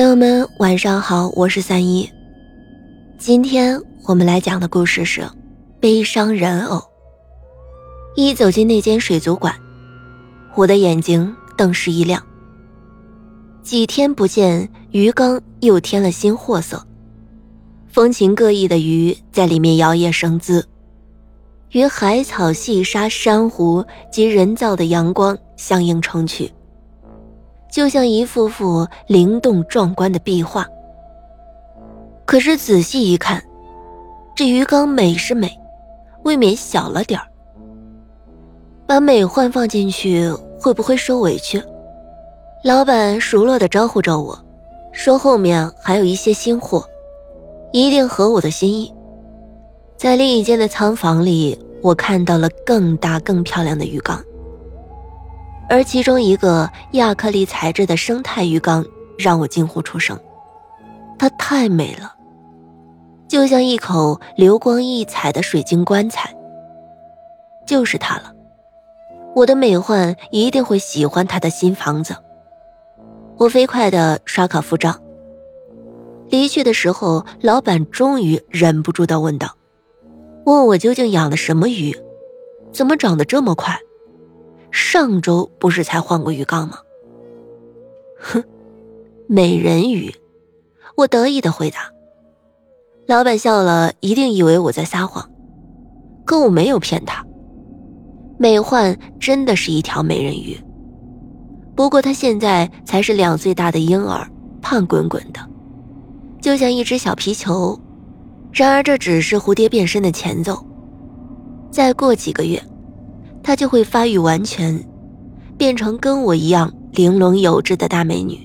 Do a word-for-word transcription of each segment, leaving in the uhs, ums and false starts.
友们晚上好，我是三一。今天我们来讲的故事是悲伤人偶。一走进那间水族馆，我的眼睛顿时一亮。几天不见，鱼缸又添了新货色，风情各异的鱼在里面摇曳生姿，与海草、细沙、珊瑚及人造的阳光相映成趣，就像一幅幅灵动壮观的壁画。可是仔细一看，这鱼缸美是美，未免小了点儿。把美幻放进去会不会受委屈？老板熟络地招呼着我，说后面还有一些新货，一定合我的心意。在另一间的仓房里，我看到了更大更漂亮的鱼缸，而其中一个亚克力材质的生态鱼缸让我惊呼出声，它太美了，就像一口流光溢彩的水晶棺材。就是它了，我的美幻一定会喜欢它的新房子。我飞快地刷卡付账，离去的时候，老板终于忍不住地问道，问我究竟养的什么鱼，怎么长得这么快？上周不是才换过鱼缸吗？哼，美人鱼，我得意地回答。老板笑了，一定以为我在撒谎，可我没有骗他。美幻真的是一条美人鱼，不过他现在才是两岁大的婴儿，胖滚滚的，就像一只小皮球。然而这只是蝴蝶变身的前奏，再过几个月，她就会发育完全，变成跟我一样玲珑有致的大美女。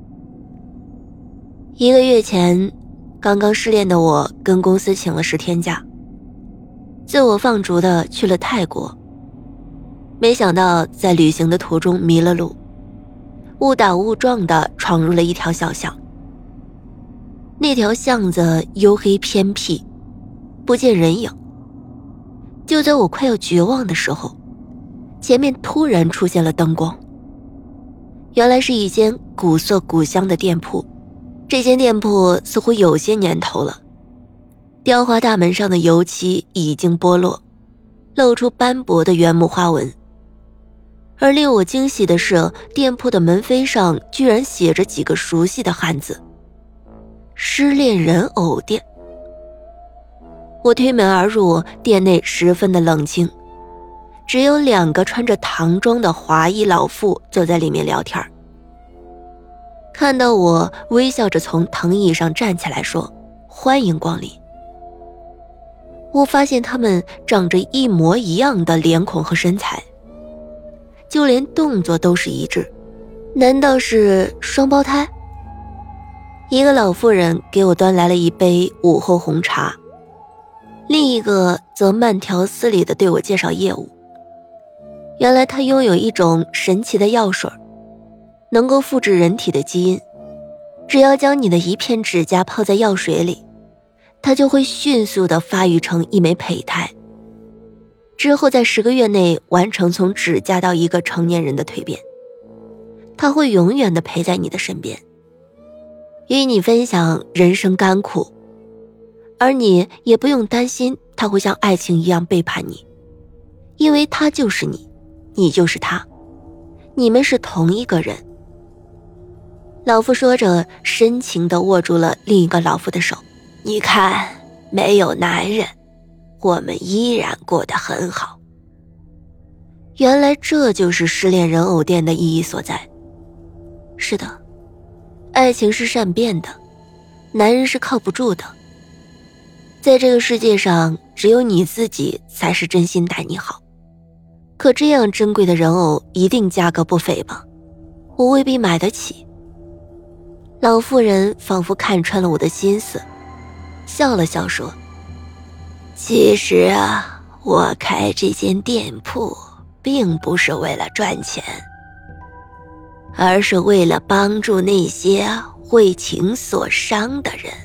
一个月前，刚刚失恋的我跟公司请了十天假，自我放逐的去了泰国。没想到在旅行的途中迷了路，误打误撞地闯入了一条小巷。那条巷子幽黑偏僻，不见人影。就在我快要绝望的时候，前面突然出现了灯光。原来是一间古色古香的店铺，这间店铺似乎有些年头了，雕花大门上的油漆已经剥落，露出斑驳的原木花纹。而令我惊喜的是，店铺的门扉上居然写着几个熟悉的汉字：失恋人偶店。我推门而入，店内十分的冷清，只有两个穿着唐装的华裔老妇坐在里面聊天。看到我，微笑着从藤椅上站起来说：欢迎光临。我发现他们长着一模一样的脸孔和身材，就连动作都是一致，难道是双胞胎？一个老妇人给我端来了一杯午后红茶，另一个则慢条斯理地对我介绍业务。原来她拥有一种神奇的药水，能够复制人体的基因，只要将你的一片指甲泡在药水里，它就会迅速地发育成一枚胚胎，之后在十个月内完成从指甲到一个成年人的蜕变。它会永远地陪在你的身边，与你分享人生甘苦，而你也不用担心他会像爱情一样背叛你，因为他就是你，你就是他，你们是同一个人。老妇说着，深情地握住了另一个老妇的手。你看，没有男人，我们依然过得很好。原来这就是失恋人偶店的意义所在。是的，爱情是善变的，男人是靠不住的。在这个世界上，只有你自己才是真心待你好。可这样珍贵的人偶一定价格不菲吧？我未必买得起。老妇人仿佛看穿了我的心思，笑了笑说：其实啊，我开这间店铺并不是为了赚钱，而是为了帮助那些为情所伤的人。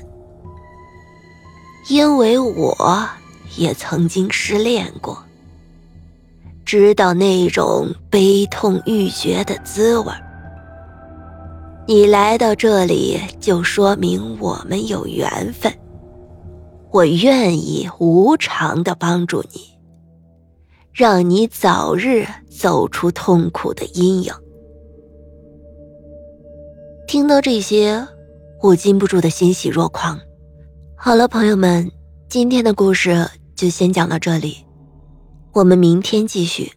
因为我也曾经失恋过，知道那种悲痛欲绝的滋味。 你来到这里就说明我们有缘分，我愿意无偿地帮助你，让你早日走出痛苦的阴影。听到这些，我禁不住的欣喜若狂。好了，朋友们，今天的故事就先讲到这里，我们明天继续。